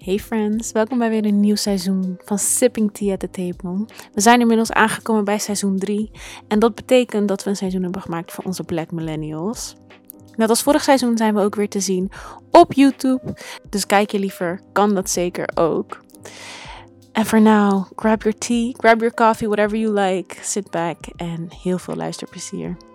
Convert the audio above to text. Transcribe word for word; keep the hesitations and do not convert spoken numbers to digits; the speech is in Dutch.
Hey friends, welkom bij weer een nieuw seizoen van Sipping Tea at the Table. We zijn inmiddels aangekomen bij seizoen drie en dat betekent dat we een seizoen hebben gemaakt voor onze Black Millennials. Net als vorig seizoen zijn we ook weer te zien op YouTube, dus kijk je liever, kan dat zeker ook. En for now, grab your tea, grab your coffee, whatever you like, sit back en heel veel luisterplezier.